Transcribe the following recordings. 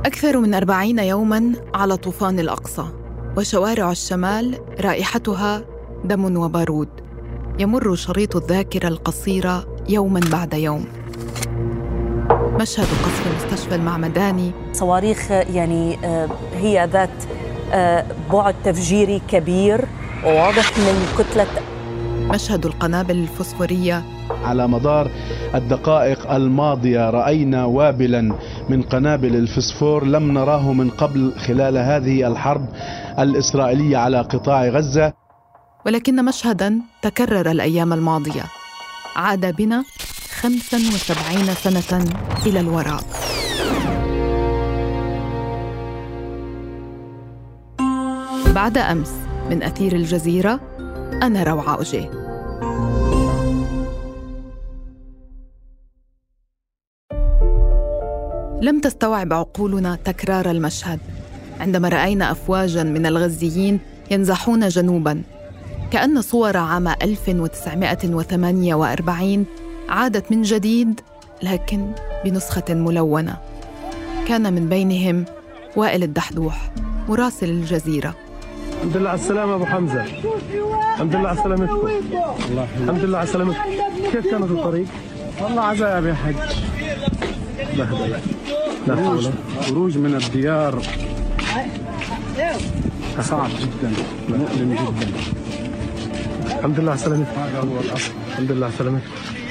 أكثر من 40 يوماً على طوفان الأقصى، وشوارع الشمال رائحتها دم وبارود. يمر شريط الذاكرة القصيرة يوماً بعد يوم. مشهد قصف مستشفى المعمداني، صواريخ يعني هي ذات بعد تفجيري كبير وواضح من كتلة. مشهد القنابل الفوسفورية. على مدار الدقائق الماضية رأينا وابلاً من قنابل الفسفور لم نراه من قبل خلال هذه الحرب الإسرائيلية على قطاع غزة. ولكن مشهداً تكرر الأيام الماضية، عاد بنا 75 سنة إلى الوراء. بعد أمس من أثير الجزيرة، أنا روعة أوجيه. لم تستوعب عقولنا تكرار المشهد عندما رأينا أفواجاً من الغزيين ينزحون جنوباً، كأن صور عام 1948 عادت من جديد، لكن بنسخة ملونة. كان من بينهم وائل الدحدوح مراسل الجزيرة. الحمد لله على السلامة أبو حمزة. الحمد لله على سلامتكم. الحمد لله على سلامتكم. كيف كانت الطريق؟ والله عذاب يا حج. خروج من الديار صعب جدا، مؤلم جدا. الحمد لله على سلامتكم. هذا هو الأصل. الحمد لله على سلامتكم.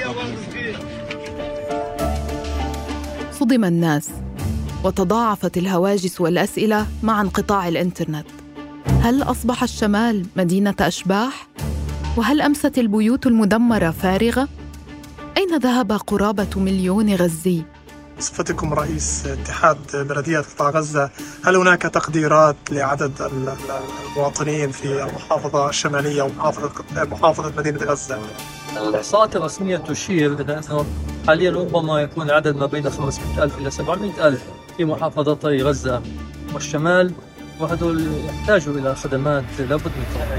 صدم الناس وتضاعفت الهواجس والأسئلة مع انقطاع الإنترنت. هل أصبح الشمال مدينة أشباح؟ وهل أمست البيوت المدمرة فارغة؟ أين ذهب قرابة 1,000,000 غزي؟ بصفتكم رئيس اتحاد بلديات قطاع غزة، هل هناك تقديرات لعدد المواطنين في المحافظة الشمالية ومحافظة مدينة غزة؟ الإحصاءات الرسمية تشير إلى أنه حالياً ربما يكون عدد ما بين 500,000 إلى 700,000 في محافظتي غزة والشمال، وهذول يحتاجوا إلى خدمات لابد من تطويرها.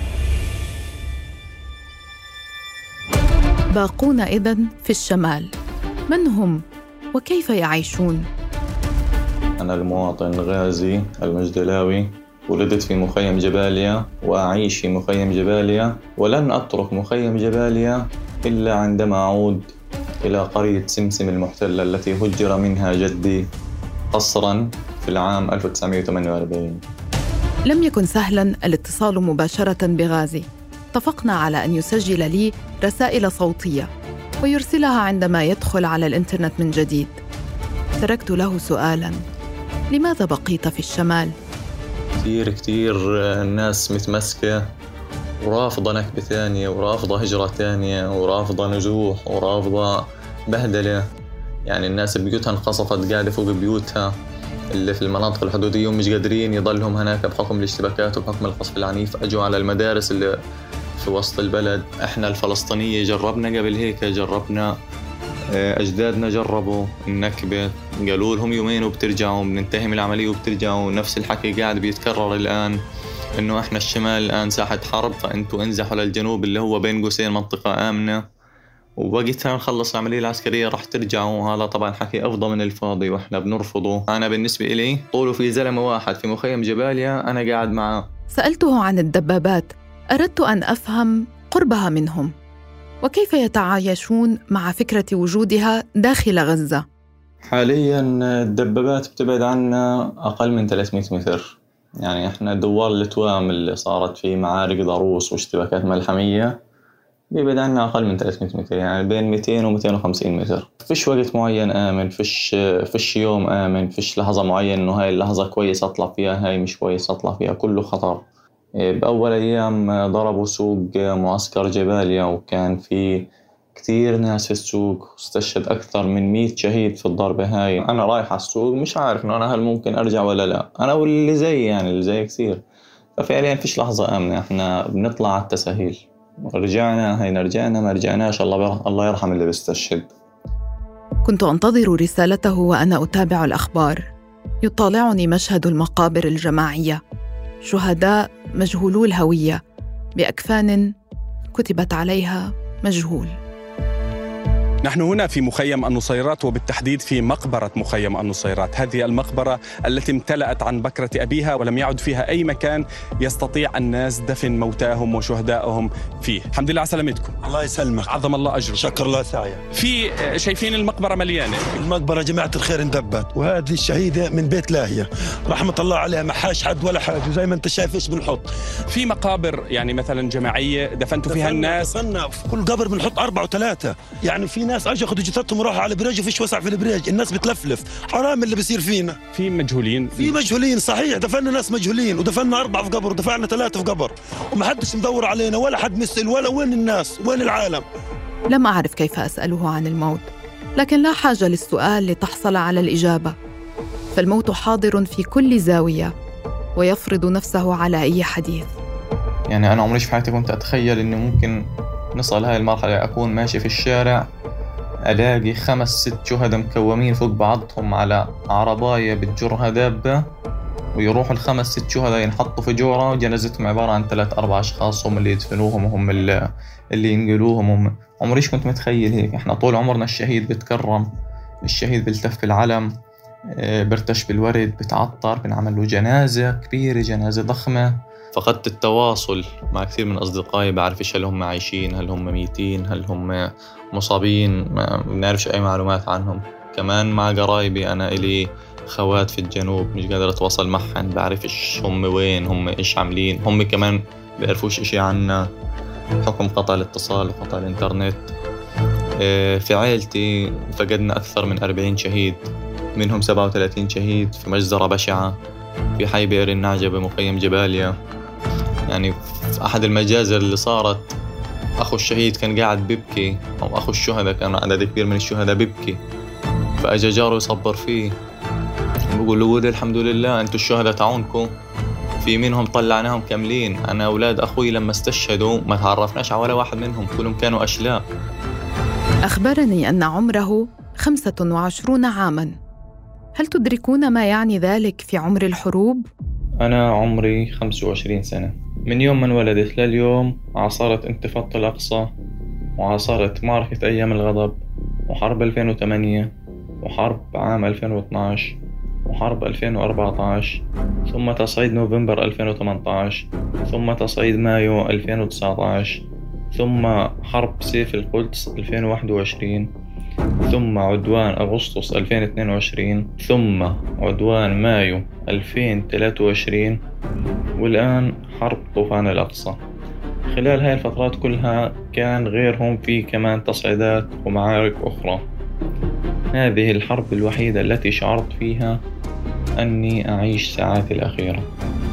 باقون إذن في الشمال، من هم وكيف يعيشون؟ أنا المواطن غازي المجدلاوي، ولدت في مخيم جباليا وأعيش في مخيم جباليا، ولن أترك مخيم جباليا إلا عندما أعود إلى قرية سمسم المحتلة التي هجر منها جدي قسراً في العام 1948. لم يكن سهلاً الاتصال مباشرة بغازي. اتفقنا على أن يسجل لي رسائل صوتية ويرسلها عندما يدخل على الإنترنت من جديد. تركت له سؤالاً: لماذا بقيت في الشمال؟ كتير الناس متمسكة ورافضة نكبة ثانية ورافضة هجرة ثانية ورافضة نزوح ورافضة بهدلة. يعني الناس بيوتها انقصفت قاعدة فوق بيوتها اللي في المناطق الحدودية ومش قادرين يضلهم هناك بحكم الاشتباكات وبحكم القصف العنيف. أجوا على المدارس اللي في وسط البلد. احنا الفلسطينية جربنا قبل هيك، جربنا أجدادنا جربوا النكبة، قالوا لهم يومين وبترجعوا، بننتهي من العملية وبترجعوا. نفس الحكي قاعد بيتكرر الآن، إنه إحنا الشمال الآن ساحة حرب، فأنتوا انزحوا للجنوب اللي هو بين قوسين منطقة آمنة، ووقتها نخلص العملية العسكرية راح ترجعوا. هذا طبعا حكي أفضل من الفاضي وإحنا بنرفضه. أنا بالنسبة إلي طوله في زلمة واحد في مخيم جباليا أنا قاعد معه. سألته عن الدبابات، أردت أن أفهم قربها منهم وكيف يتعايشون مع فكرة وجودها داخل غزة. حالياً الدبابات بتبعد عنا أقل من 300 متر. يعني إحنا دوار التوام اللي صارت فيه معارك ضروس واشتباكات ملحمية بيبعد عنا أقل من 300 متر، يعني بين 200 و 250 متر. فيش وقت معين آمن، فيش يوم آمن، فيش لحظة معينة إنه هاي اللحظة كويس أطلع فيها، هاي مش كويس أطلع فيها، كله خطر. بأول أيام ضربوا سوق معسكر جباليا وكان في كتير ناس في السوق، واستشهد أكثر من 100 شهيد في الضربة هاي. أنا رايح على السوق مش عارف إنه أنا هل ممكن أرجع ولا لا، أنا واللي زي يعني اللي زي كثير. ففعليا فيش لحظة آمنة، إحنا بنطلع على التساهيل. رجعنا هينا، رجعنا ما رجعناش الله يرحم اللي بيستشهد. كنت أنتظر رسالته وأنا أتابع الأخبار. يطالعني مشهد المقابر الجماعية، شهداء مجهولو الهوية بأكفان كتبت عليها مجهول. نحن هنا في مخيم النصيرات، وبالتحديد في مقبرة مخيم النصيرات. هذه المقبرة التي امتلأت عن بكرة أبيها ولم يعد فيها أي مكان يستطيع الناس دفن موتاهم وشهدائهم فيه. الحمد لله على سلامتكم. الله يسلمك. عظم الله أجرك. شكر الله سعيك. في شايفين المقبرة مليانة. المقبرة جماعة الخير اندبت، وهذه الشهيدة من بيت لاهية رحمة الله عليها، ما حاش حد ولا حاجة، وزي ما انت شايف ايش بنحط. في مقابر يعني مثلا جماعية دفنتوا فيها الناس؟ دفنا في كل قبر بنحط 4 و3. يعني في ناس اجوا اخذوا جثثهم وراحوا على البريج وفيش وسع في البريج، الناس بتلفلف، حرام اللي بيصير فينا. في مجهولين. في مجهولين صحيح، دفنا ناس مجهولين، ودفنا 4 في قبر ودفعنا 3 في قبر، وما حدش مدور علينا ولا حد مسأل ولا وين الناس وين العالم. لم أعرف كيف أسأله عن الموت، لكن لا حاجة للسؤال لتحصل على الإجابة، فالموت حاضر في كل زاوية ويفرض نفسه على أي حديث. يعني أنا عمري في حياتي كنت أتخيل إنه ممكن نصل هاي المرحلة، أكون ماشي في الشارع ألاقي 5-6 شهداء مكومين فوق بعضهم على عرباية بتجرها دابة، ويروحوا ال5-6 شهداء ينحطوا في جورة، وجنازتهم عبارة عن 3-4 أشخاص هم اللي يدفنوهم وهم اللي ينقلوهم. عمريش كنت متخيل هيك. إحنا طول عمرنا الشهيد بتكرم، الشهيد بيلتف العلم، برتش بالورد، بتعطر، بنعمل له جنازة كبيرة، جنازة ضخمة. فقدت التواصل مع كثير من أصدقائي، بعرفش هل هم عايشين، هل هم ميتين، هل هم مصابين، ما بنعرفش أي معلومات عنهم. كمان مع قرايبي، أنا إلي خوات في الجنوب مش قادر أتواصل معهم، بعرفش هم وين، هم إيش عاملين، هم كمان بيعرفوش إشي عنا حكم قطع الاتصال وقطع الإنترنت. في عائلتي فقدنا أكثر من 40 شهيد، منهم 37 شهيد في مجزرة بشعة في حي بئر النعجة بمخيم جباليا. يعني في أحد المجازر اللي صارت، أخو الشهيد كان قاعد ببكي، أو أخو الشهداء كان عدد كبير من الشهداء ببكي، فأجا جاره يصبر فيه، بقول له ولد الحمد لله أنتوا الشهداء تعونكم، في منهم طلعناهم كاملين. أنا أولاد أخوي لما استشهدوا ما تعرفناش على ولا واحد منهم، كلهم كانوا أشلاء. أخبرني أن عمره 25 عاماً. هل تدركون ما يعني ذلك في عمر الحروب؟ أنا عمري 25 سنة. من يوم من ولدت لليوم عاصرت انتفاضة الأقصى، وعاصرت معركة أيام الغضب، وحرب 2008، وحرب عام 2012، وحرب 2014، ثم تصعيد نوفمبر 2018، ثم تصعيد مايو 2019، ثم حرب سيف القدس 2021، ثم عدوان أغسطس 2022، ثم عدوان مايو 2023، والآن حرب طوفان الأقصى. خلال هاي الفترات كلها كان غيرهم في كمان تصعيدات ومعارك أخرى. هذه الحرب الوحيدة التي شعرت فيها أني أعيش ساعاتي الأخيرة.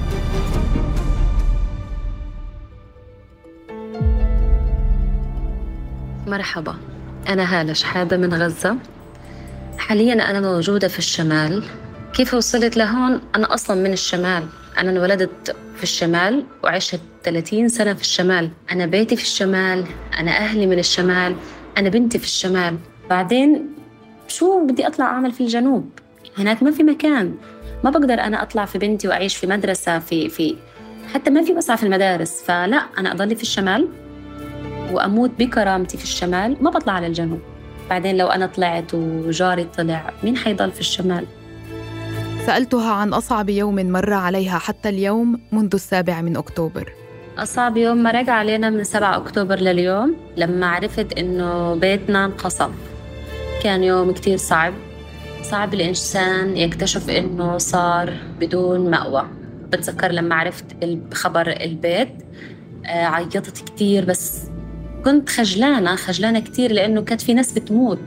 مرحبا، أنا هالة شحادة من غزة. حالياً أنا موجودة في الشمال. كيف وصلت لهون؟ أنا أصلاً من الشمال، أنا انولدت في الشمال وعشت 30 سنة في الشمال. أنا بيتي في الشمال، أنا أهلي من الشمال، أنا بنتي في الشمال. بعدين شو بدي أطلع أعمل في الجنوب؟ هناك ما في مكان، ما بقدر أنا أطلع في بنتي وأعيش في مدرسة في حتى ما في وسع في المدارس. فلا، أنا أضل في الشمال وأموت بكرامتي في الشمال، ما بطلع على الجنوب. بعدين لو أنا طلعت وجاري طلع، مين حيضل في الشمال؟ سألتها عن أصعب يوم مر عليها حتى اليوم منذ 7 أكتوبر. أصعب يوم مرق علينا من 7 أكتوبر لليوم لما عرفت إنه بيتنا انقصف. كان يوم كتير صعب الإنسان يكتشف إنه صار بدون مأوى. بتذكر لما عرفت بخبر البيت عيطت كتير، بس كنت خجلانة كتير لأنه كانت في ناس بتموت.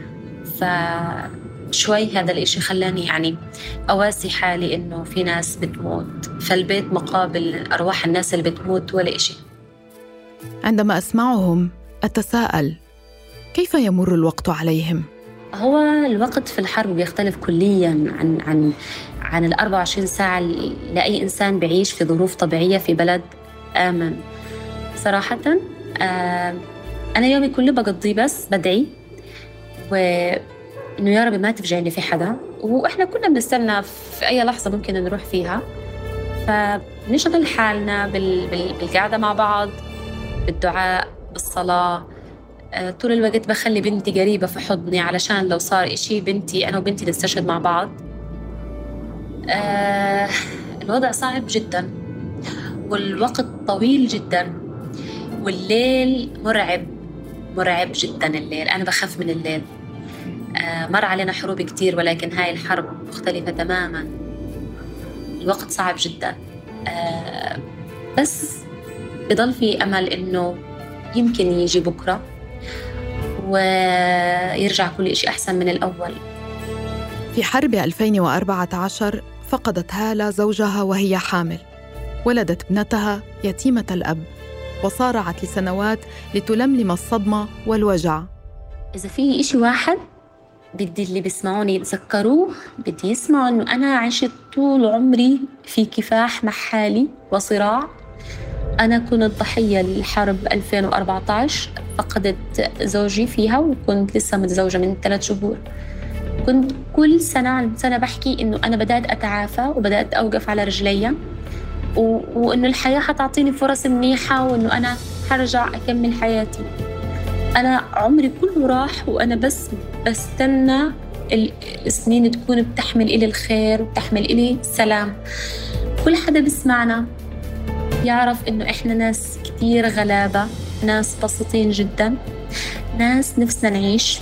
فشوي هذا الإشي خلاني يعني أواسي حالي إنه في ناس بتموت، فالبيت مقابل أرواح الناس اللي بتموت ولا إشي. عندما أسمعهم أتساءل كيف يمر الوقت عليهم؟ هو الوقت في الحرب بيختلف كلياً عن 24 ساعة لأي إنسان بيعيش في ظروف طبيعية في بلد آمن. صراحة أنا يومي كله بقضي بس بدعي وإنه يا رب ما تفجعني في حدا، وإحنا كنا بنستنى في أي لحظة ممكن نروح فيها، فنشغل حالنا بالقعدة مع بعض، بالدعاء، بالصلاة، طول الوقت بخلي بنتي قريبة في حضني علشان لو صار إشي بنتي أنا وبنتي نستشهد مع بعض. الوضع صعب جدا والوقت طويل جدا والليل مرعب جدا. الليل أنا بخاف من الليل. مر علينا حروب كتير ولكن هاي الحرب مختلفة تماما. الوقت صعب جدا. بس بضل في أمل إنه يمكن يجي بكرة ويرجع كل إشي أحسن من الأول. في حرب 2014 فقدت هالة زوجها وهي حامل، ولدت ابنتها يتيمة الأب، وصارعت لسنوات لتلملم الصدمة والوجع. إذا في إشي واحد بدي اللي بيسمعوني يتذكروه، بدي يسمعوا إنه أنا عشت طول عمري في كفاح مع حالي وصراع. أنا كنت ضحية للحرب 2014، فقدت زوجي فيها وكنت لسه متزوجة من 3 شهور. كنت كل سنة عن سنة بحكي إنه أنا بدأت أتعافى وبدأت أوقف على رجلي، وإنه الحياة حتعطيني فرص منيحة وإنه أنا حرجع أكمل حياتي. أنا عمري كله راح وأنا بس بستنى السنين تكون بتحمل إلي الخير وبتحمل إلي السلام. كل حدا بسمعنا يعرف إنه إحنا ناس كتير غلابة، ناس بسيطين جدا، ناس نفسنا نعيش،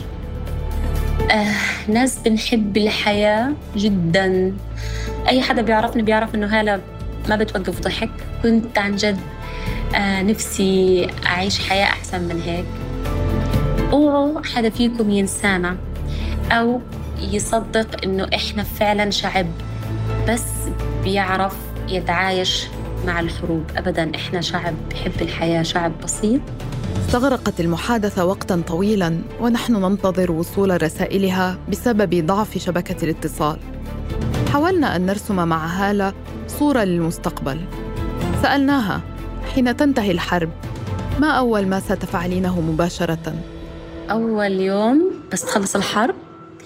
ناس بنحب الحياة جدا. أي حدا بيعرفني بيعرف إنه هالة ما بتوقف ضحك. كنت عن جد نفسي أعيش حياة أحسن من هيك. اوعوا حدا فيكم ينسانا أو يصدق إنه إحنا فعلا شعب بس بيعرف يتعايش مع الحروب. أبداً، إحنا شعب بحب الحياة، شعب بسيط. استغرقت المحادثة وقتاً طويلاً ونحن ننتظر وصول رسائلها بسبب ضعف شبكة الاتصال. حاولنا أن نرسم مع هالة صورة للمستقبل. سألناها: حين تنتهي الحرب ما أول ما ستفعلينه مباشرة؟ أول يوم بس تخلص الحرب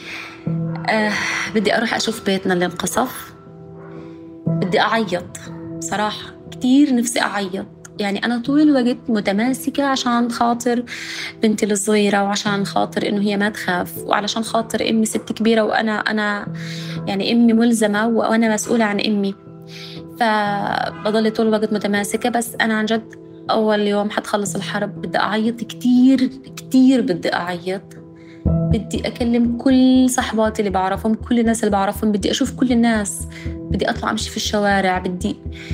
بدي أروح أشوف بيتنا اللي انقصف. بدي أعيط صراحة، كتير نفسي أعيط. يعني أنا طول الوقت متماسكة عشان خاطر بنتي الصغيرة وعشان خاطر إنه هي ما تخاف وعلشان خاطر أمي ست كبيرة وأنا يعني أمي ملزمة وأنا مسؤولة عن أمي، فبضل طول الوقت متماسكة. بس أنا عن جد أول يوم حتخلص الحرب بدي أعيط كتير كتير. بدي أعيط، بدي أكلم كل صحباتي اللي بعرفهم، كل الناس اللي بعرفهم، بدي أشوف كل الناس، بدي أطلع أمشي في الشوارع، بدي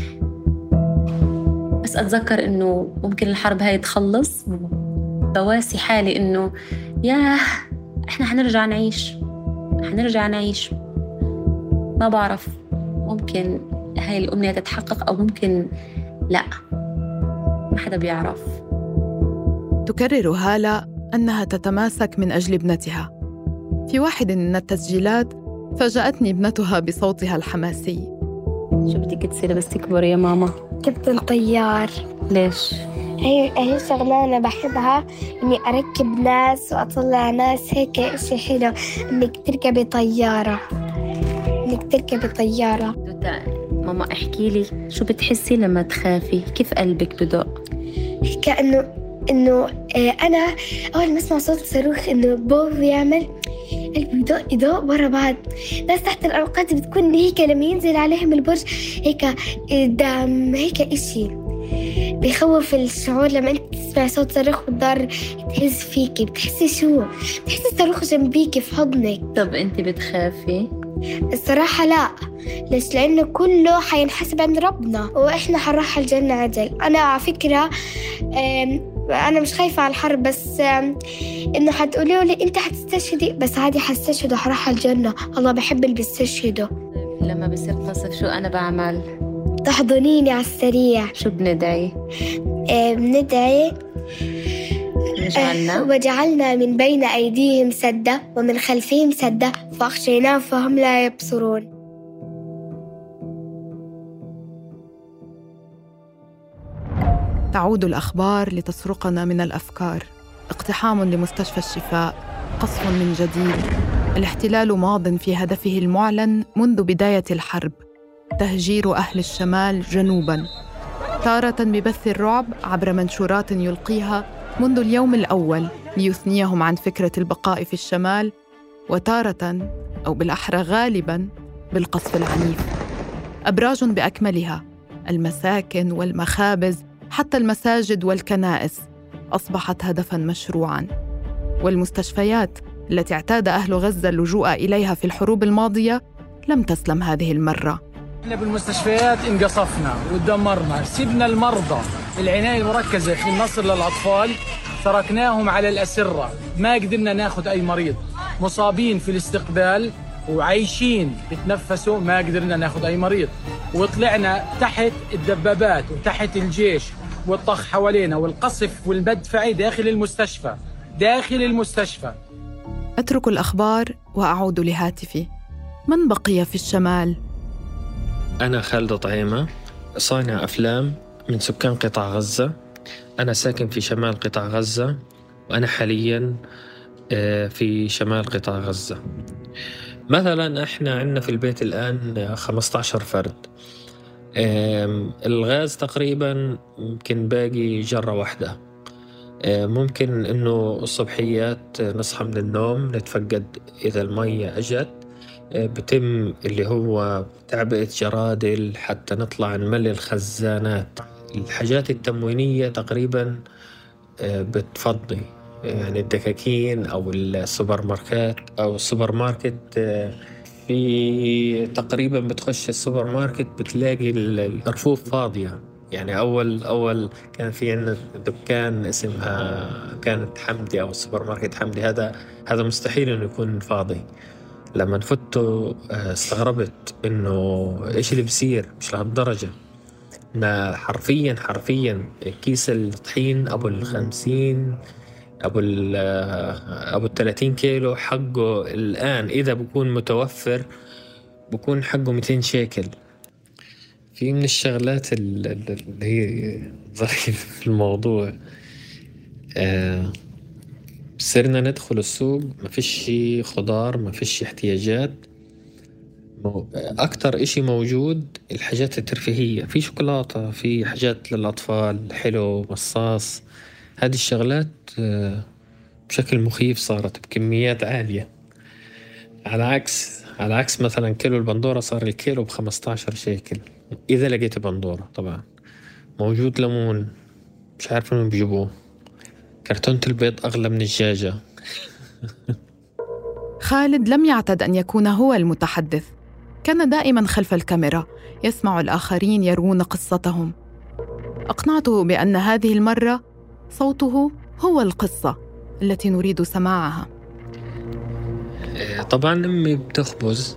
بس أتذكر إنه ممكن الحرب هاي تخلص. بواسي حالي إنه ياه إحنا حنرجع نعيش. ما بعرف، ممكن هاي الأمنية تتحقق أو ممكن لا، ما حدا بيعرف. تكرر هالة أنها تتماسك من أجل ابنتها. في واحد من التسجيلات فاجأتني ابنتها بصوتها الحماسي: شو بدك تصيري بس تكبري يا ماما؟ كابتن طيار. ليش؟ هي شغلة أنا بحبها، إني أركب ناس وأطلع ناس، هيك إشي حلو إنك تركبي طيارة. ماما احكي لي شو بتحسي لما تخافي؟ كيف قلبك بدق؟ إنه أنا أول ما أسمع صوت صاروخ إنه بوم يعمل، قلبي يدق ورا بعض. ناس تحت الأرقاد بتكون هيك لما ينزل عليهم البرج هيك دم، هيك إشي بيخوف الشعور. لما أنت تسمع صوت صاروخ والدار تهز فيكي، بتحسي الصاروخ جنبيكي في حضنك. طب أنت بتخافي؟ الصراحة لا. ليش؟ لأنه كله حينحسب عند ربنا وإحنا حنروح الجنة عدل. أنا على فكرة أنا مش خايفة على الحرب، بس إنه حتقولوا لي أنت حتستشهدي، بس عادي حستشهد وحروح الجنة. الله بحب اللي بيستشهدوا. لما بصير قصف شو أنا بعمل؟ تحضنيني على السريع. شو بندعي؟ بندعي وجعلنا من بين أيديهم سدة ومن خلفهم سدة فأغشيناهم فهم لا يبصرون. تعود الأخبار لتسرقنا من الأفكار. اقتحام لمستشفى الشفاء، قصف من جديد. الاحتلال ماض في هدفه المعلن منذ بداية الحرب: تهجير أهل الشمال جنوباً، تارة ببث الرعب عبر منشورات يلقيها منذ اليوم الأول ليثنيهم عن فكرة البقاء في الشمال، وتارة أو بالأحرى غالباً بالقصف العنيف. أبراج بأكملها، المساكن والمخابز، حتى المساجد والكنائس أصبحت هدفاً مشروعاً. والمستشفيات التي اعتاد أهل غزة اللجوء إليها في الحروب الماضية لم تسلم هذه المرة. احنا بالمستشفيات انقصفنا ودمرنا، سيبنا المرضى، العناية المركزة في النصر للأطفال تركناهم على الأسرة، ما قدرنا ناخذ أي مريض. مصابين في الاستقبال وعايشين بتنفسوا، ما قدرنا ناخذ أي مريض. وطلعنا تحت الدبابات وتحت الجيش والطخ حوالينا والقصف والمدفعي داخل المستشفى. أترك الأخبار وأعود لهاتفي. من بقي في الشمال؟ أنا خالد طعيمة، صانع أفلام من سكان قطاع غزة. أنا ساكن في شمال قطاع غزة، وأنا حالياً في شمال قطاع غزة. مثلاً إحنا عندنا في البيت الآن 15 فرد. الغاز تقريباً يمكن باقي جرة واحدة. ممكن إنه الصبحيات نصحى من النوم نتفقد إذا المية أجت، بتم اللي هو تعبئة جرادل حتى نطلع نملي الخزانات. الحاجات التموينية تقريبا بتفضي، يعني الدكاكين أو السوبر ماركت في تقريبا بتخش السوبر ماركت بتلاقي الرفوف فاضية. يعني أول كان في عندنا دكان اسمها كانت حمدي أو السوبر ماركت حمدي، هذا مستحيل إنه يكون فاضي. لما نفته استغربت إنه إيش اللي بيصير، مش لهالدرجة. ما حرفيا كيس الطحين أبو 50 أبو 30 كيلو حقه الآن إذا بكون متوفر بكون حقه 200 شيكل. في من الشغلات اللي هي ظريفة في الموضوع، صرنا ندخل السوق ما فيش خضار، ما فيش احتياجات. أكتر إشي موجود الحاجات الترفيهية، في شوكولاتة، في حاجات للأطفال، حلو، مصاص. هذه الشغلات بشكل مخيف صارت بكميات عالية، على عكس مثلا كيلو البندورة صار الكيلو ب15 شيكل إذا لقيت بندورة. طبعا موجود ليمون مش عارف من بيجيبوه، كرتونة البيض أغلى من الدجاجة. خالد لم يعتد أن يكون هو المتحدث، كان دائماً خلف الكاميرا يسمع الآخرين يروون قصتهم. أقنعته بأن هذه المرة صوته هو القصة التي نريد سماعها. طبعاً أمي بتخبز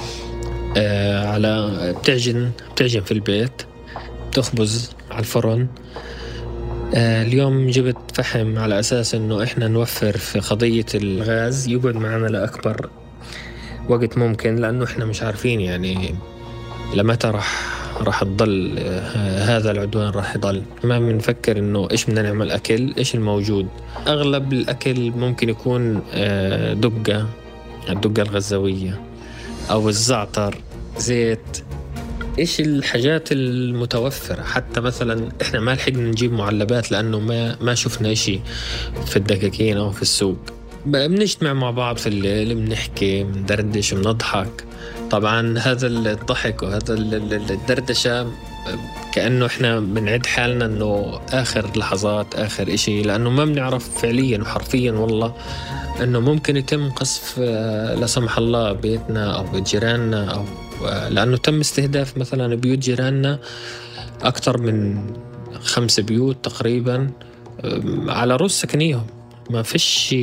بتعجن في البيت، بتخبز على الفرن. اليوم جبت فحم على أساس أنه إحنا نوفر في قضية الغاز يقعد معنا لأكبر وقت ممكن، لأنه إحنا مش عارفين يعني لمتى راح تضل هذا العدوان، راح يضل. ما بنفكر إنه إيش بدنا نعمل أكل، إيش الموجود. أغلب الأكل ممكن يكون الدقة الغزاوية أو الزعتر، زيت، إيش الحاجات المتوفرة. حتى مثلا إحنا ما لحقنا نجيب معلبات لأنه ما شفنا إشي في الدكاكين أو في السوق. بنجتمع مع بعض في الليل، بنحكي، بندردش، بنضحك. طبعا هذا الضحك وهذا الدردشة كأنه إحنا بنعد حالنا أنه آخر لحظات، آخر إشي، لأنه ما بنعرف فعليا وحرفيا والله أنه ممكن يتم قصف لا سمح الله بيتنا أو بيت جيراننا، أو لأنه تم استهداف مثلا بيوت جيراننا أكثر من 5 بيوت تقريبا على رؤوس سكنيهم. ما فيش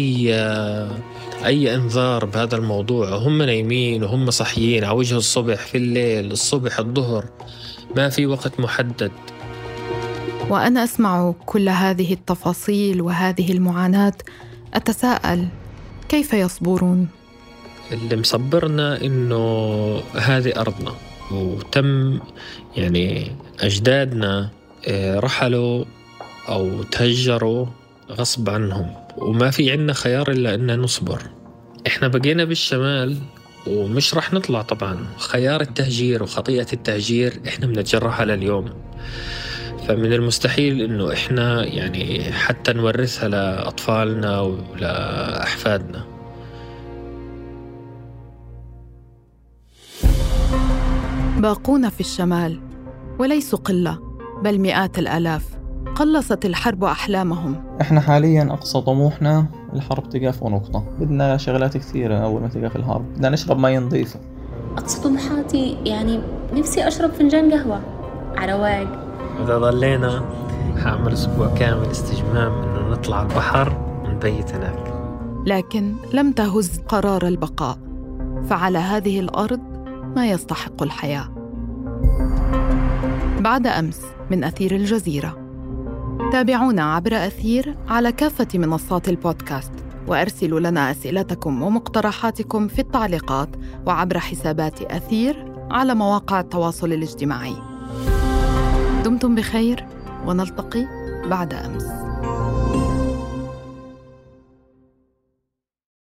أي إنذار بهذا الموضوع، هم نايمين وهم صحيين على وجه الصبح، في الليل، الصبح، الظهر، ما في وقت محدد. وأنا أسمع كل هذه التفاصيل وهذه المعاناة أتساءل كيف يصبرون؟ اللي مصبرنا إنه هذه أرضنا، وتم يعني أجدادنا رحلوا أو تهجروا غصب عنهم، وما في عنا خيار إلا إننا نصبر. إحنا بقينا بالشمال ومش رح نطلع. طبعا خيار التهجير وخطيئة التهجير إحنا بنتجرحها لليوم. فمن المستحيل إنه إحنا يعني حتى نورثها لأطفالنا ولأحفادنا. باقون في الشمال وليسوا قلة بل مئات الآلاف قلصت الحرب أحلامهم. إحنا حالياً أقصى طموحنا الحرب تقف ونقطة. بدنا شغلات كثيرة أول ما تقف الحرب. بدنا نشرب مي نظيفة. أقصى طموحاتي يعني نفسي أشرب فنجان قهوة على رواق. إذا ضلينا حأعمل أسبوع كامل استجمام إنه نطلع البحر ونبيت هناك. لكن لم تهز قرار البقاء، فعلى هذه الأرض ما يستحق الحياة. بعد أمس من أثير الجزيرة. تابعونا عبر أثير على كافة منصات البودكاست، وأرسلوا لنا أسئلتكم ومقترحاتكم في التعليقات وعبر حسابات أثير على مواقع التواصل الاجتماعي. دمتم بخير ونلتقي بعد أمس.